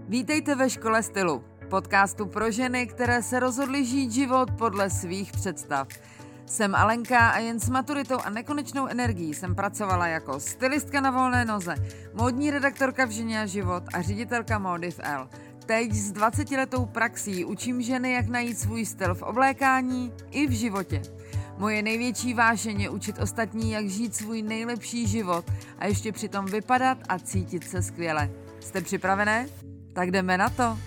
Vítejte ve Škole stylu, podcastu pro ženy, které se rozhodly žít život podle svých představ. Jsem Alenka a jen s maturitou a nekonečnou energií jsem pracovala jako stylistka na volné noze, módní redaktorka v Ženě a život a ředitelka módy v Elle. Teď s 20letou praxí učím ženy, jak najít svůj styl v oblékání i v životě. Moje největší vášeň je učit ostatní, jak žít svůj nejlepší život a ještě přitom vypadat a cítit se skvěle. Jste připravené? Tak jdeme na to.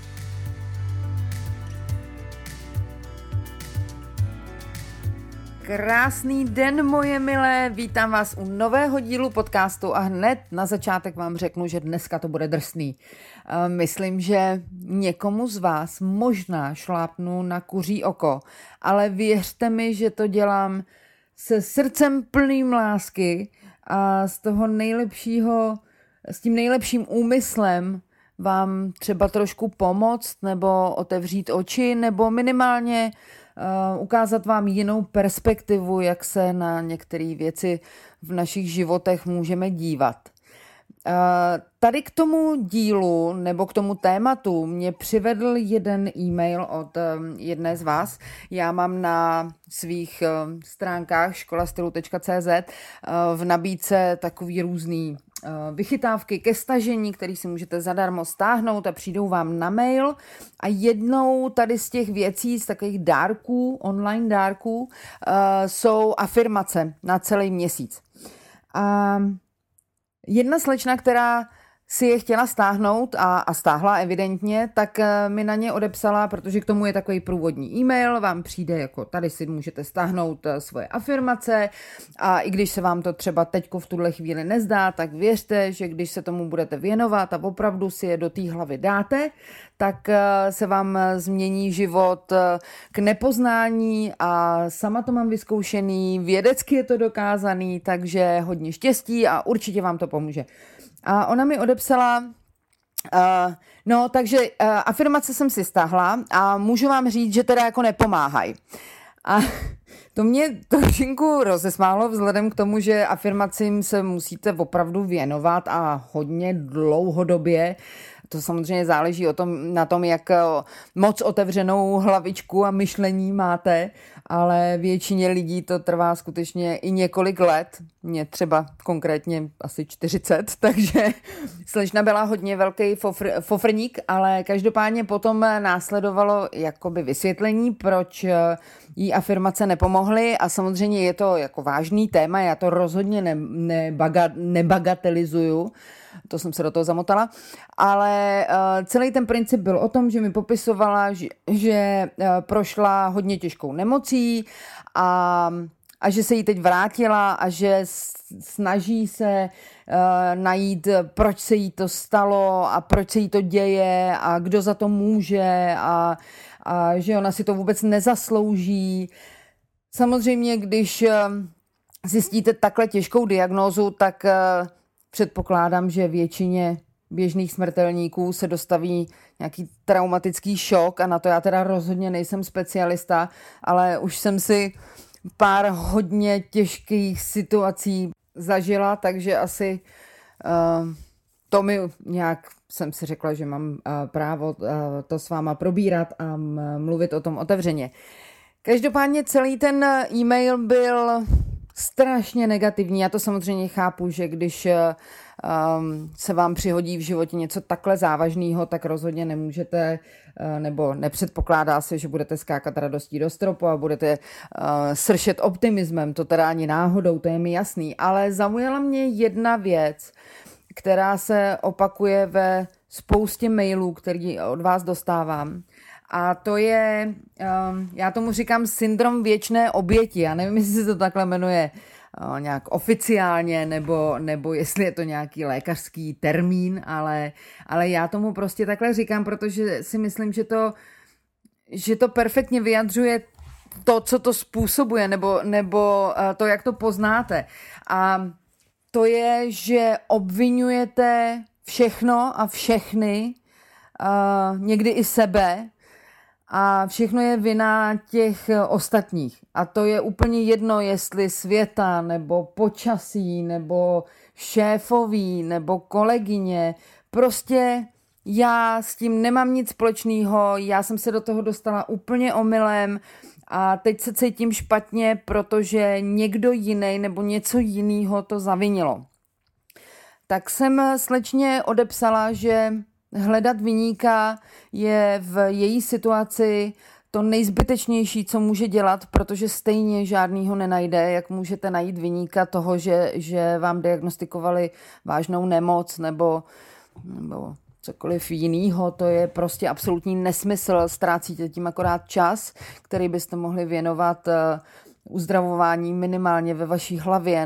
Krásný den, moje milé, vítám vás u nového dílu podcastu a hned na začátek vám řeknu, že dneska to bude drsný. Myslím, že někomu z vás možná šlápnu na kuří oko, ale věřte mi, že to dělám se srdcem plným lásky a z toho nejlepšího, s tím nejlepším úmyslem vám třeba trošku pomoct nebo otevřít oči nebo minimálně ukázat vám jinou perspektivu, jak se na některé věci v našich životech můžeme dívat. Tady k tomu dílu nebo k tomu tématu mě přivedl jeden e-mail od jedné z vás. Já mám na svých stránkách školastylu.cz v nabídce takový různý vychytávky ke stažení, který si můžete zadarmo stáhnout a přijdou vám na mail. A jednou tady z těch věcí, z takových dárků, online dárků, jsou afirmace na celý měsíc. A jedna slečna, která si je chtěla stáhnout a stáhla evidentně, tak mi na ně odepsala, protože k tomu je takový průvodní e-mail, vám přijde jako tady si můžete stáhnout svoje afirmace a i když se vám to třeba teďko v tuhle chvíli nezdá, tak věřte, že když se tomu budete věnovat a opravdu si je do té hlavy dáte, tak se vám změní život k nepoznání a sama to mám vyzkoušený, vědecky je to dokázaný, takže hodně štěstí a určitě vám to pomůže. A ona mi odepsala, takže afirmace jsem si stáhla a můžu vám říct, že teda jako nepomáhají. A to mě trošinku rozesmálo vzhledem k tomu, že afirmacím se musíte opravdu věnovat a hodně dlouhodobě. To samozřejmě záleží na tom, jak moc otevřenou hlavičku a myšlení máte, ale většině lidí to trvá skutečně i několik let. Mně třeba konkrétně asi 40, takže slečna byla hodně velký fofrník, ale každopádně potom následovalo jakoby vysvětlení, proč jí afirmace nepomohly a samozřejmě je to jako vážný téma, já to rozhodně nebagatelizuju, to jsem se do toho zamotala, ale celý ten princip byl o tom, že mi popisovala, že prošla hodně těžkou nemocí a že se jí teď vrátila a že snaží se najít, proč se jí to stalo a proč se jí to děje a kdo za to může a že ona si to vůbec nezaslouží. Samozřejmě, když zjistíte takhle těžkou diagnózu, tak předpokládám, že většině běžných smrtelníků se dostaví nějaký traumatický šok a na to já teda rozhodně nejsem specialista, ale už jsem si pár hodně těžkých situací zažila, takže asi to mi nějak jsem si řekla, že mám právo to s váma probírat a mluvit o tom otevřeně. Každopádně celý ten e-mail byl strašně negativní. Já to samozřejmě chápu, že když se vám přihodí v životě něco takhle závažného, tak rozhodně nemůžete, nebo nepředpokládá se, že budete skákat radostí do stropu a budete sršet optimismem. To teda ani náhodou, to je mi jasný. Ale zaujala mě jedna věc, která se opakuje ve spoustě mailů, který od vás dostávám. A to je, já tomu říkám syndrom věčné oběti. Já nevím, jestli se to takhle jmenuje nějak oficiálně, nebo jestli je to nějaký lékařský termín, ale já tomu prostě takhle říkám, protože si myslím, že to perfektně vyjadřuje to, co to způsobuje, nebo to, jak to poznáte. A to je, že obvinujete všechno a všechny, někdy i sebe, a všechno je vina těch ostatních. A to je úplně jedno, jestli světa, nebo počasí, nebo šéfoví, nebo kolegyně. Prostě já s tím nemám nic společného, já jsem se do toho dostala úplně omylem a teď se cítím špatně, protože někdo jiný nebo něco jiného to zavinilo. Tak jsem slečně odepsala, že hledat viníka je v její situaci to nejzbytečnější, co může dělat, protože stejně žádnýho nenajde, jak můžete najít viníka toho, že vám diagnostikovali vážnou nemoc nebo cokoliv jinýho, to je prostě absolutní nesmysl, ztrácíte tím akorát čas, který byste mohli věnovat uzdravování minimálně ve vaší hlavě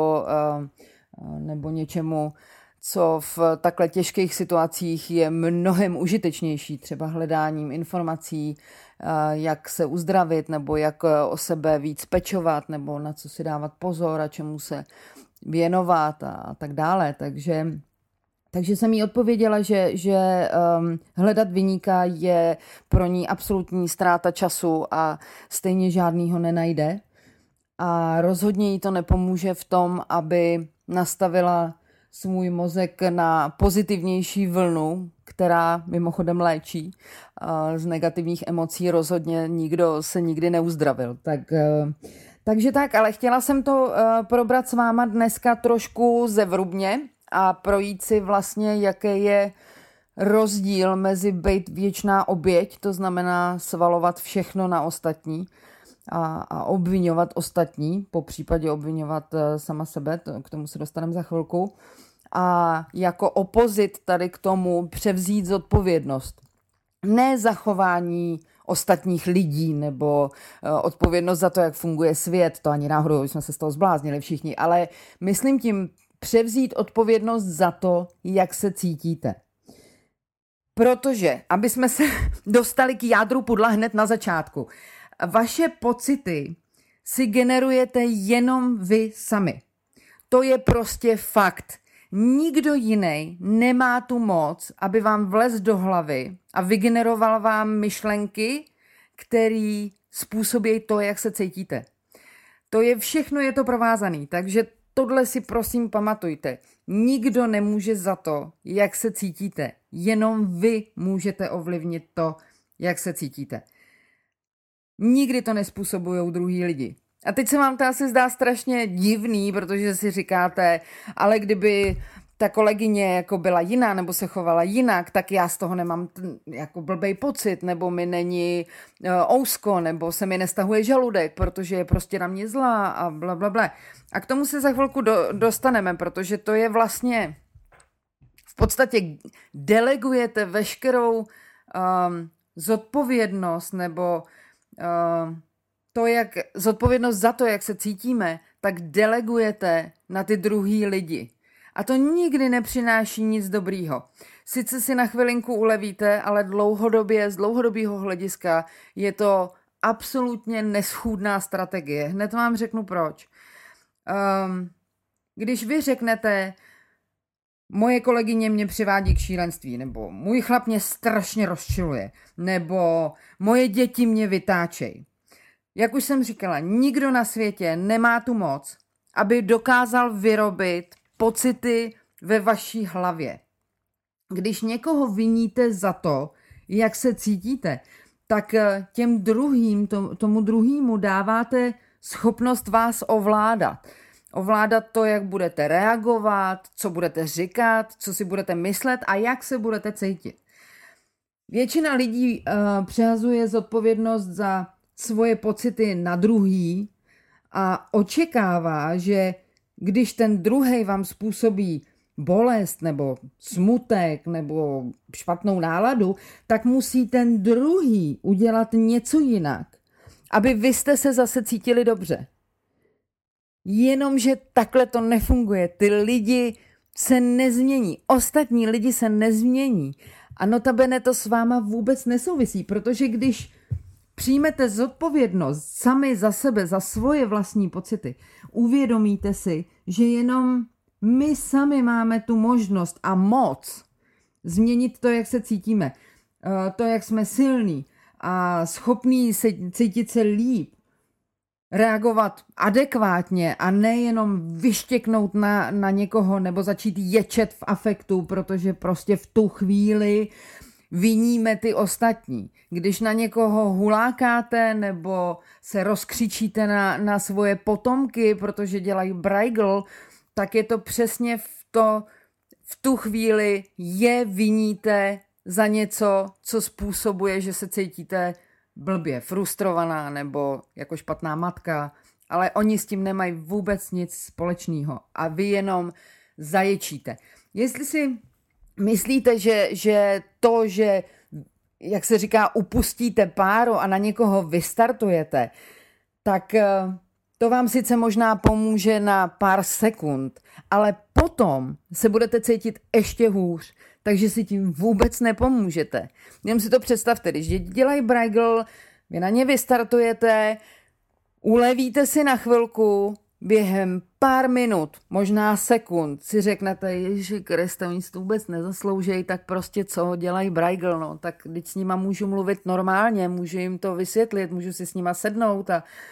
nebo něčemu, co v takhle těžkých situacích je mnohem užitečnější, třeba hledáním informací, jak se uzdravit, nebo jak o sebe víc pečovat, nebo na co si dávat pozor a čemu se věnovat a tak dále. Takže jsem jí odpověděla, že hledat viníka je pro ní absolutní ztráta času a stejně žádnýho nenajde. A rozhodně jí to nepomůže v tom, aby nastavila svůj mozek na pozitivnější vlnu, která mimochodem léčí. Z negativních emocí rozhodně nikdo se nikdy neuzdravil. Takže tak, ale chtěla jsem to probrat s váma dneska trošku zevrubně a projít si vlastně, jaký je rozdíl mezi být věčná oběť, to znamená svalovat všechno na ostatní a obviňovat ostatní, po případě obviňovat sama sebe, k tomu se dostaneme za chvilku, a jako opozit tady k tomu převzít zodpovědnost. Ne zachování ostatních lidí nebo odpovědnost za to, jak funguje svět, to ani náhodou jsme se z toho zbláznili všichni, ale myslím tím převzít odpovědnost za to, jak se cítíte. Protože, aby jsme se dostali k jádru pudla hned na začátku, vaše pocity si generujete jenom vy sami. To je prostě fakt. Nikdo jiný nemá tu moc, aby vám vlez do hlavy a vygeneroval vám myšlenky, které způsobí to, jak se cítíte. To je všechno, je to provázané, takže tohle si prosím pamatujte. Nikdo nemůže za to, jak se cítíte. Jenom vy můžete ovlivnit to, jak se cítíte. Nikdy to nespůsobují druhý lidi. A teď se vám to asi zdá strašně divný, protože si říkáte, ale kdyby ta kolegyně jako byla jiná nebo se chovala jinak, tak já z toho nemám jako blbej pocit, nebo mi není ousko, nebo se mi nestahuje žaludek, protože je prostě na mě zlá a blablabla. A k tomu se za chvilku dostaneme, protože to je vlastně v podstatě delegujete veškerou zodpovědnost nebo zodpovědnost za to, jak se cítíme, tak delegujete na ty druhý lidi. A to nikdy nepřináší nic dobrýho. Sice si na chvilinku ulevíte, ale dlouhodobě, z dlouhodobého hlediska je to absolutně neschůdná strategie. Hned vám řeknu proč. Když vy řeknete, moje kolegyně mě přivádí k šílenství, nebo můj chlap mě strašně rozčiluje, nebo moje děti mě vytáčejí. Jak už jsem říkala, nikdo na světě nemá tu moc, aby dokázal vyrobit pocity ve vaší hlavě. Když někoho viníte za to, jak se cítíte, tak těm druhým, tomu druhému dáváte schopnost vás ovládat. Ovládat to, jak budete reagovat, co budete říkat, co si budete myslet a jak se budete cítit. Většina lidí přehazuje zodpovědnost za svoje pocity na druhý a očekává, že když ten druhej vám způsobí bolest nebo smutek nebo špatnou náladu, tak musí ten druhý udělat něco jinak, aby vy jste se zase cítili dobře. Jenomže takhle to nefunguje. Ty lidi se nezmění. Ostatní lidi se nezmění. A notabene to s váma vůbec nesouvisí, protože když přijmete zodpovědnost sami za sebe, za svoje vlastní pocity, uvědomíte si, že jenom my sami máme tu možnost a moc změnit to, jak se cítíme, to, jak jsme silní a schopní cítit se líp. reagovat adekvátně a nejenom vyštěknout na někoho nebo začít ječet v afektu, protože prostě v tu chvíli viníme ty ostatní. Když na někoho hulákáte nebo se rozkřičíte na svoje potomky, protože dělají brajgl, tak je to přesně v tu chvíli je viníte za něco, co způsobuje, že se cítíte blbě, frustrovaná nebo jako špatná matka, ale oni s tím nemají vůbec nic společného a vy jenom zaječíte. Jestli si myslíte, že to, že, jak se říká, upustíte páru a na někoho vystartujete, tak to vám sice možná pomůže na pár sekund, ale potom se budete cítit ještě hůř, takže si tím vůbec nepomůžete. Jenom si to představte, když děti dělají brajgl, vy na ně vystartujete, ulevíte si na chvilku, během pár minut, možná sekund, si řeknete, Ježi Kriste, oni si to vůbec nezasloužejí, tak prostě co, dělají brajgl, no, tak teď s nima můžu mluvit normálně, můžu jim to vysvětlit, můžu si s nima sednout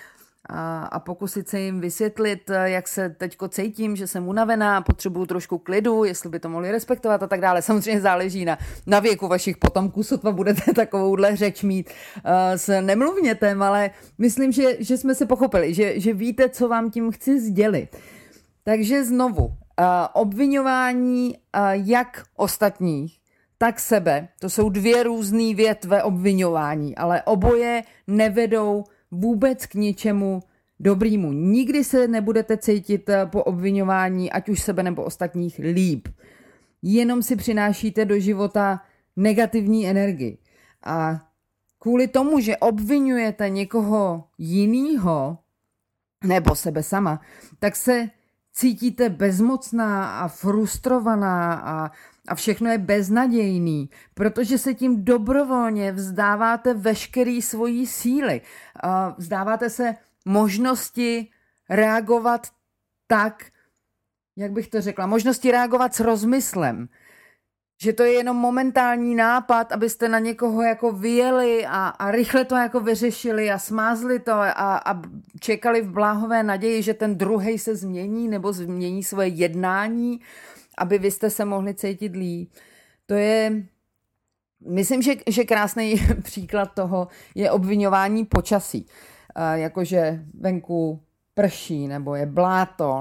a pokusit se jim vysvětlit, jak se teďko cítím, že jsem unavená, potřebuju trošku klidu, jestli by to mohli respektovat a tak dále. Samozřejmě záleží na věku vašich potomků, sotva budete takovouhle řeč mít s nemluvnětem, ale myslím, že jsme se pochopili, že víte, co vám tím chci sdělit. Takže znovu, obviňování jak ostatních, tak sebe, to jsou dvě různé větve obviňování, ale oboje nevedou vůbec k ničemu dobrýmu. Nikdy se nebudete cítit po obviňování, ať už sebe nebo ostatních, líp. Jenom si přinášíte do života negativní energii. A kvůli tomu, že obvinujete někoho jinýho, nebo sebe sama, tak se cítíte bezmocná a frustrovaná a všechno je beznadějný, protože se tím dobrovolně vzdáváte veškerý svojí síly. Vzdáváte se možnosti reagovat tak, jak bych to řekla, možnosti reagovat s rozmyslem. Že to je jenom momentální nápad, abyste na někoho jako vyjeli a rychle to jako vyřešili a smázli to a čekali v bláhové naději, že ten druhej se změní nebo změní svoje jednání, aby vy jste se mohli cítit líp. To je, myslím, že krásný příklad toho je obviňování počasí. Jakože venku prší, nebo je bláto,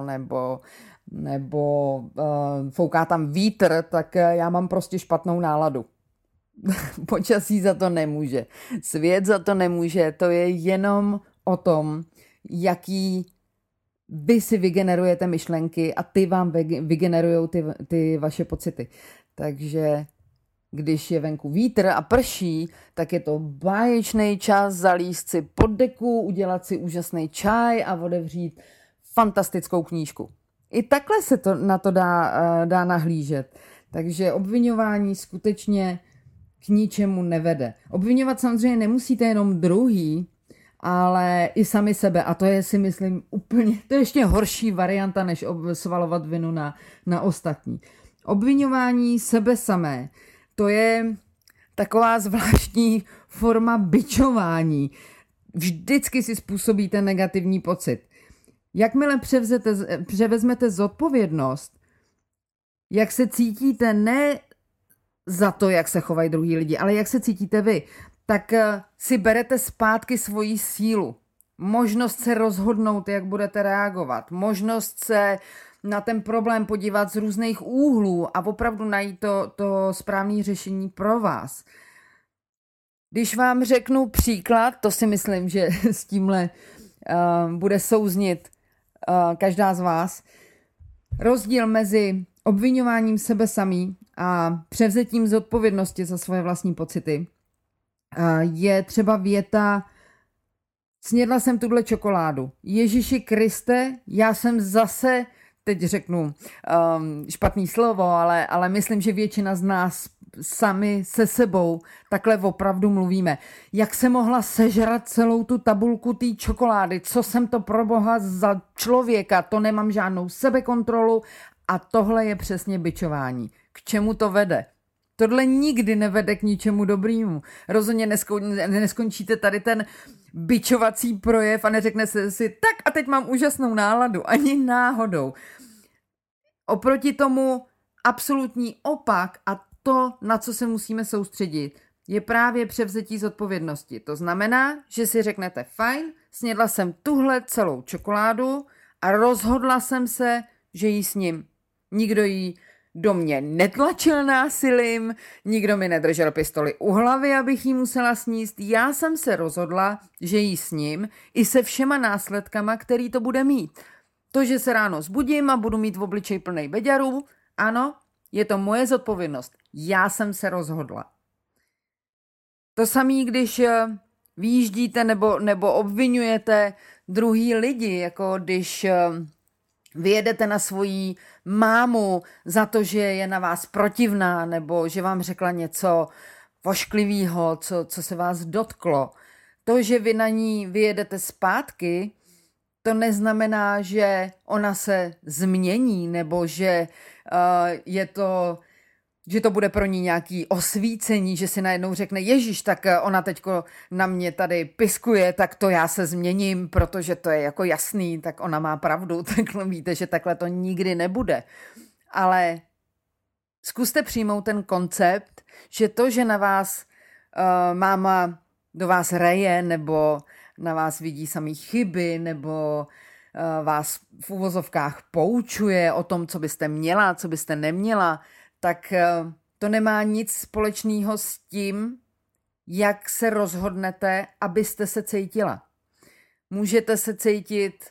nebo fouká tam vítr, tak já mám prostě špatnou náladu. Počasí za to nemůže. Svět za to nemůže. To je jenom o tom, jaký vy si vygenerujete myšlenky a ty vám vygenerujou ty vaše pocity. Takže když je venku vítr a prší, tak je to báječný čas zalízt si pod deku, udělat si úžasný čaj a otevřít fantastickou knížku. I takhle se to na to dá nahlížet. Takže obviňování skutečně k ničemu nevede. Obviňovat samozřejmě nemusíte jenom druhý, ale i sami sebe. A to je, si myslím, úplně, to je ještě horší varianta, než svalovat vinu na ostatní. Obviňování sebe samé, to je taková zvláštní forma bičování. Vždycky si způsobíte negativní pocit. Jakmile převezmete zodpovědnost, jak se cítíte ne za to, jak se chovají druhý lidi, ale jak se cítíte vy, tak si berete zpátky svoji sílu. Možnost se rozhodnout, jak budete reagovat. Možnost se na ten problém podívat z různých úhlů a opravdu najít to správné řešení pro vás. Když vám řeknu příklad, to si myslím, že s tímhle bude souznit každá z vás. Rozdíl mezi obviňováním sebe samý a převzetím zodpovědnosti za svoje vlastní pocity je třeba věta: snědla jsem tuhle čokoládu. Ježiši Kriste, já jsem zase, teď řeknu špatný slovo, ale myslím, že většina z nás sami se sebou takhle opravdu mluvíme. Jak se mohla sežrat celou tu tabulku té čokolády? Co jsem to pro boha za člověka? To nemám žádnou sebekontrolu a tohle je přesně bičování. K čemu to vede? Tohle nikdy nevede k ničemu dobrému. Rozhodně neskončíte tady ten bičovací projev a neřekne se si, tak a teď mám úžasnou náladu. Ani náhodou. Oproti tomu absolutní opak a to, na co se musíme soustředit, je právě převzetí zodpovědnosti. To znamená, že si řeknete, fajn, snědla jsem tuhle celou čokoládu a rozhodla jsem se, že ji sním. Nikdo ji do mě netlačil násilím, nikdo mi nedržel pistoli u hlavy, abych ji musela sníst. Já jsem se rozhodla, že ji sním i se všema následkama, který to bude mít. To, že se ráno zbudím a budu mít v obličeji plnej beďarů, ano, je to moje zodpovědnost. Já jsem se rozhodla. To samé, když vyjíždíte nebo obvinujete druhý lidi, jako když vyjedete na svoji mámu za to, že je na vás protivná nebo že vám řekla něco vošklivého, co se vás dotklo. To, že vy na ní vyjedete zpátky, to neznamená, že ona se změní nebo že že to bude pro ní nějaký osvícení, že si najednou řekne, Ježíš, tak ona teďko na mě tady piskuje, tak to já se změním, protože to je jako jasný, tak ona má pravdu, tak víte, že takhle to nikdy nebude. Ale zkuste přijmout ten koncept, že to, že na vás máma do vás reje, nebo na vás vidí samý chyby, nebo vás v uvozovkách poučuje o tom, co byste měla, co byste neměla, tak to nemá nic společného s tím, jak se rozhodnete, abyste se cítila. Můžete se cítit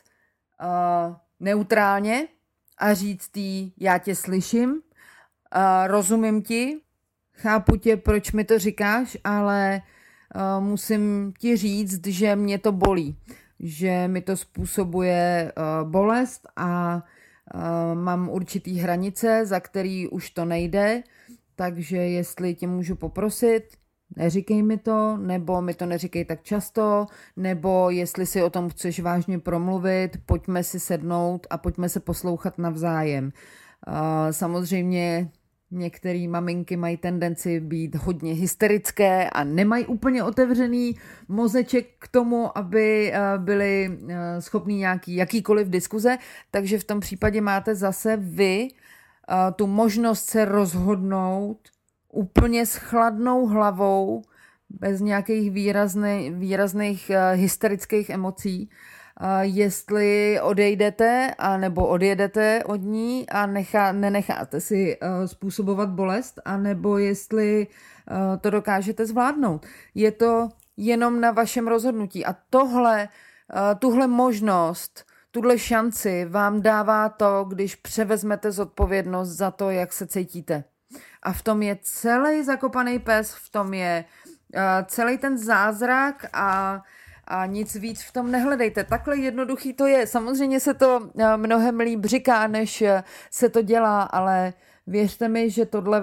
neutrálně a říct jí, já tě slyším, rozumím ti, chápu tě, proč mi to říkáš, ale musím ti říct, že mě to bolí, že mi to způsobuje bolest a mám určitý hranice, za který už to nejde, takže jestli tě můžu poprosit, neříkej mi to, nebo mi to neříkej tak často, nebo jestli si o tom chceš vážně promluvit, pojďme si sednout a pojďme se poslouchat navzájem. Samozřejmě některé maminky mají tendenci být hodně hysterické a nemají úplně otevřený mozeček k tomu, aby byli schopní jakýkoliv diskuze, takže v tom případě máte zase vy tu možnost se rozhodnout úplně s chladnou hlavou, bez nějakých výrazných hysterických emocí, jestli odejdete a nebo odjedete od ní a nenecháte si způsobovat bolest, anebo jestli to dokážete zvládnout. Je to jenom na vašem rozhodnutí a tuhle možnost, tuhle šanci vám dává to, když převezmete zodpovědnost za to, jak se cítíte. A v tom je celý zakopaný pes, v tom je celý ten zázrak a nic víc v tom nehledejte. Takhle jednoduchý to je. Samozřejmě se to mnohem líp říká, než se to dělá, ale věřte mi, že tohle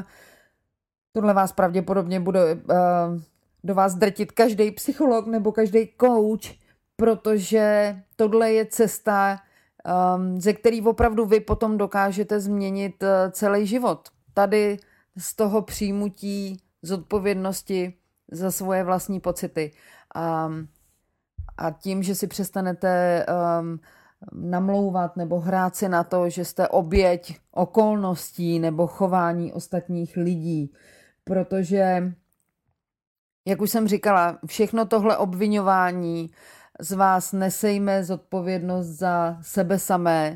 vás pravděpodobně bude do vás drtit každý psycholog nebo každý coach, protože tohle je cesta, ze který opravdu vy potom dokážete změnit celý život. Tady z toho přijmutí zodpovědnosti za svoje vlastní pocity. A tím, že si přestanete namlouvat nebo hrát si na to, že jste oběť okolností nebo chování ostatních lidí. Protože, jak už jsem říkala, všechno tohle obviňování z vás nesejme zodpovědnost za sebe samé,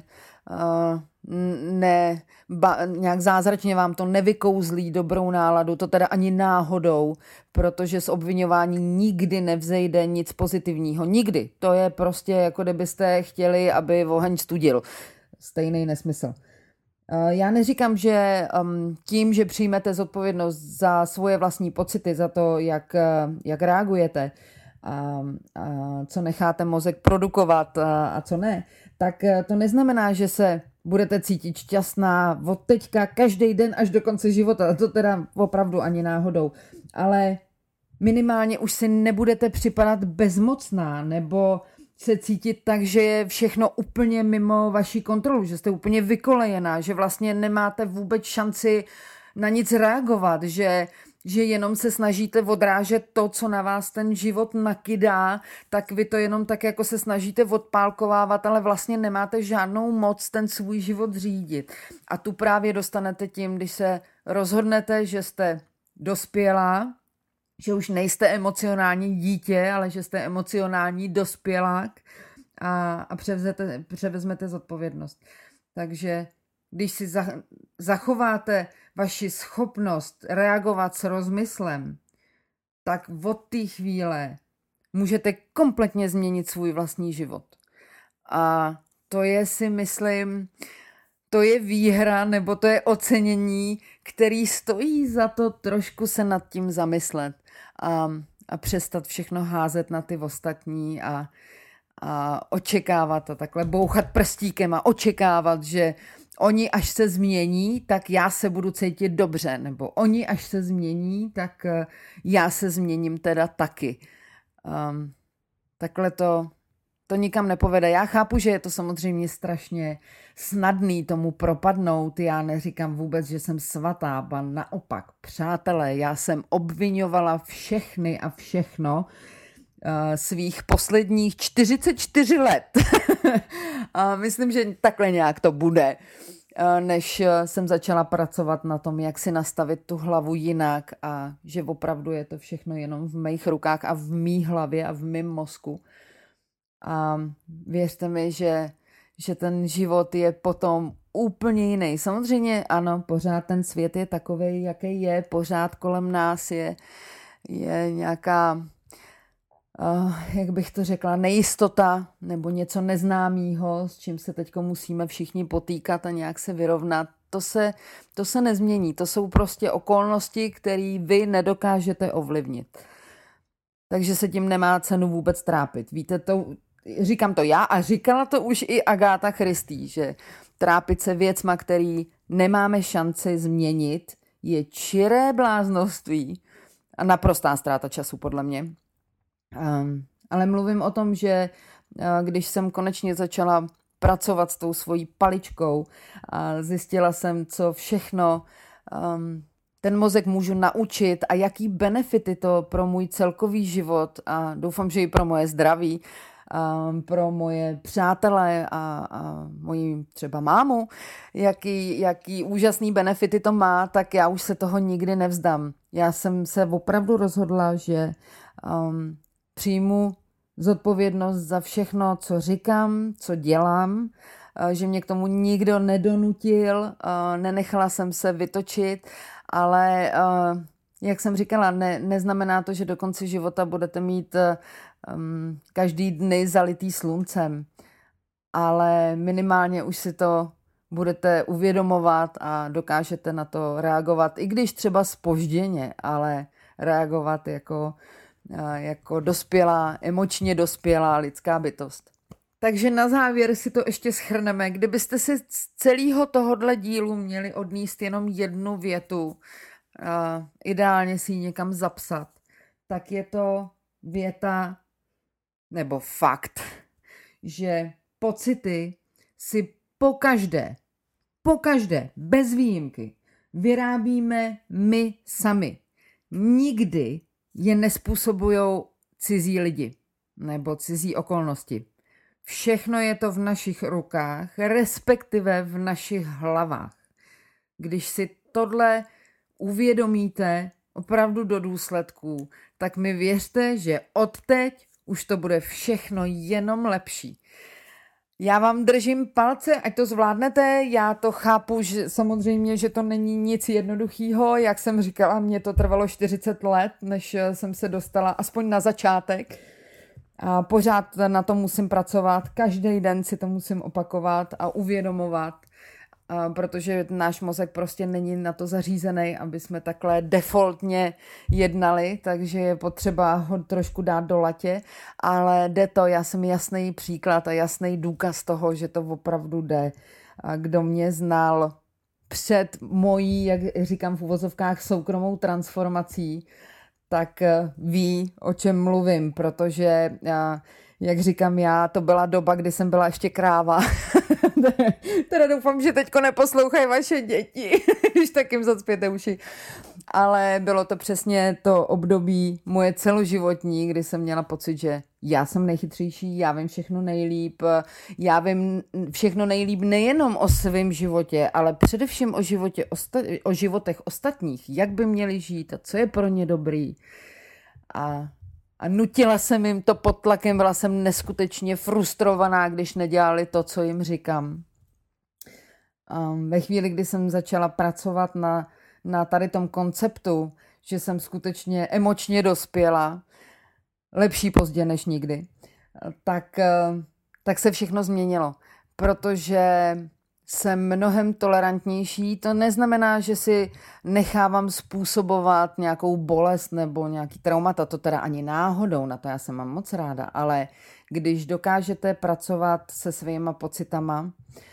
nějak zázračně vám to nevykouzlí dobrou náladu, to teda ani náhodou, protože z obviňování nikdy nevzejde nic pozitivního. Nikdy. To je prostě jako kdybyste chtěli, aby oheň studil. Stejný nesmysl. Já neříkám, že tím, že přijmete zodpovědnost za svoje vlastní pocity, za to, jak reagujete, a co necháte mozek produkovat a co ne, tak to neznamená, že se budete cítit šťastná od teďka každý den až do konce života. To teda opravdu ani náhodou. Ale minimálně už si nebudete připadat bezmocná nebo se cítit tak, že je všechno úplně mimo vaší kontrolu, že jste úplně vykolejená, že vlastně nemáte vůbec šanci na nic reagovat, že jenom se snažíte odrážet to, co na vás ten život nakydá, tak vy to jenom tak jako se snažíte odpálkovávat, ale vlastně nemáte žádnou moc ten svůj život řídit. A tu právě dostanete tím, když se rozhodnete, že jste dospělá, že už nejste emocionální dítě, ale že jste emocionální dospělák a převezmete zodpovědnost. Takže když si zachováte vaši schopnost reagovat s rozmyslem, tak od té chvíle můžete kompletně změnit svůj vlastní život. A to je, si myslím, to je výhra nebo to je ocenění, který stojí za to trošku se nad tím zamyslet a přestat všechno házet na ty ostatní a očekávat a takhle bouchat prstíkem a očekávat, že oni až se změní, tak já se budu cítit dobře, nebo oni až se změní, tak já se změním teda taky. Takhle to nikam nepovede. Já chápu, že je to samozřejmě strašně snadný tomu propadnout. Já neříkám vůbec, že jsem svatá, ba naopak, přátelé, já jsem obviňovala všechny a všechno svých posledních 44 let. A myslím, že takhle nějak to bude, než jsem začala pracovat na tom, jak si nastavit tu hlavu jinak a že opravdu je to všechno jenom v mých rukách a v mý hlavě a v mém mozku. A věřte mi, že ten život je potom úplně jiný. Samozřejmě ano, pořád ten svět je takovej, jaký je, pořád kolem nás je nějaká, jak bych to řekla, nejistota nebo něco neznámého, s čím se teď musíme všichni potýkat a nějak se vyrovnat. To se nezmění. To jsou prostě okolnosti, které vy nedokážete ovlivnit. Takže se tím nemá cenu vůbec trápit. Víte, říkám to já a říkala to už i Agáta Christie, že trápit se věcma, který nemáme šanci změnit, je čiré bláznoství a naprostá ztráta času podle mě. Ale mluvím o tom, že když jsem konečně začala pracovat s tou svojí paličkou a zjistila jsem, co všechno ten mozek můžu naučit a jaký benefity to pro můj celkový život a doufám, že i pro moje zdraví, pro moje přátelé a moji třeba mámu, jaký úžasný benefity to má, tak já už se toho nikdy nevzdám. Já jsem se opravdu rozhodla, že přijmu zodpovědnost za všechno, co říkám, co dělám, že mě k tomu nikdo nedonutil, nenechala jsem se vytočit, ale jak jsem říkala, neznamená to, že do konce života budete mít každý dny zalitý sluncem, ale minimálně už si to budete uvědomovat a dokážete na to reagovat, i když třeba zpožděně, ale reagovat jako dospělá, emočně dospělá lidská bytost. Takže na závěr si to ještě shrneme. Kdybyste si z celého tohohle dílu měli odníst jenom jednu větu, ideálně si ji někam zapsat, tak je to věta nebo fakt, že pocity si pokaždé, bez výjimky, vyrábíme my sami. Nikdy je nespůsobujou cizí lidi nebo cizí okolnosti. Všechno je to v našich rukách, respektive v našich hlavách. Když si tohle uvědomíte opravdu do důsledků, tak mi věřte, že odteď už to bude všechno jenom lepší. Já vám držím palce, ať to zvládnete, já to chápu, že samozřejmě, že to není nic jednoduchýho, jak jsem říkala, mě to trvalo 40 let, než jsem se dostala aspoň na začátek. A pořád na to musím pracovat, každý den si to musím opakovat a uvědomovat, protože náš mozek prostě není na to zařízený, aby jsme takhle defaultně jednali, takže je potřeba ho trošku dát do latě, ale jde to, já jsem jasný příklad a jasný důkaz toho, že to opravdu jde. A kdo mě znal před mojí, jak říkám v uvozovkách, soukromou transformací, tak ví, o čem mluvím, protože, jak říkám já, to byla doba, kdy jsem byla ještě kráva. Teda doufám, že teďko neposlouchají vaše děti, když tak jim zacpěte uši. Ale bylo to přesně to období moje celoživotní, kdy jsem měla pocit, že já jsem nejchytřejší, já vím všechno nejlíp, já vím všechno nejlíp nejenom o svém životě, ale především o životech ostatních, jak by měli žít a co je pro ně dobrý. A nutila jsem jim to pod tlakem, byla jsem neskutečně frustrovaná, když nedělali to, co jim říkám. Ve chvíli, kdy jsem začala pracovat na tady tom konceptu, že jsem skutečně emočně dospěla, lepší pozdě než nikdy, tak se všechno změnilo, protože jsem mnohem tolerantnější. To neznamená, že si nechávám způsobovat nějakou bolest nebo nějaký traumata, to teda ani náhodou, na to já se mám moc ráda, ale když dokážete pracovat se svýma pocitama,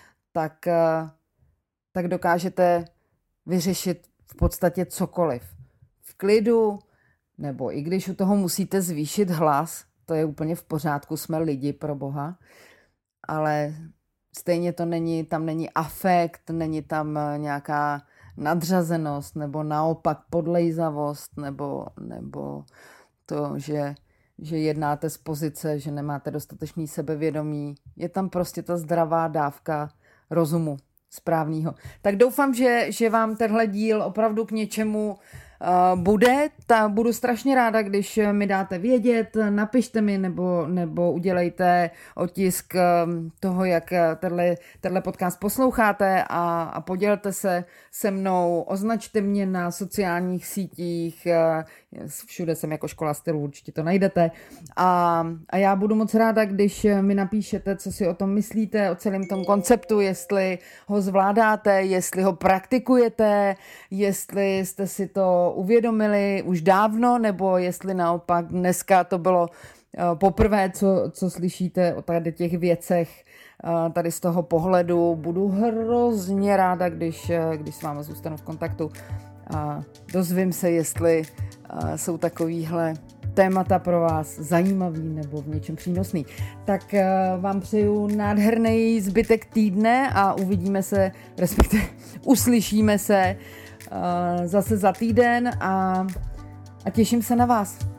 tak dokážete vyřešit v podstatě cokoliv. V klidu, nebo i když u toho musíte zvýšit hlas, to je úplně v pořádku, jsme lidi, pro boha, ale stejně tam není afekt, není tam nějaká nadřazenost, nebo naopak podlejzavost, nebo to, že jednáte z pozice, že nemáte dostatečný sebevědomí. Je tam prostě ta zdravá dávka rozumu správného. Tak doufám, že vám tenhle díl opravdu k něčemu bude. Budu strašně ráda, když mi dáte vědět, napište mi nebo udělejte otisk toho, jak tenhle podcast posloucháte a podělte se se mnou, označte mě na sociálních sítích, všude jsem jako Škola stylu, určitě to najdete a já budu moc ráda, když mi napíšete, co si o tom myslíte, o celém tom konceptu, jestli ho zvládáte, jestli ho praktikujete, jestli jste si to uvědomili už dávno, nebo jestli naopak dneska to bylo poprvé, co slyšíte o tady těch věcech, tady z toho pohledu. Budu hrozně ráda, když s vámi zůstanu v kontaktu a dozvím se, jestli jsou takovýhle témata pro vás zajímavý nebo v něčem přínosný. Tak vám přeju nádherný zbytek týdne a uvidíme se, respektive uslyšíme se zase za týden a těším se na vás.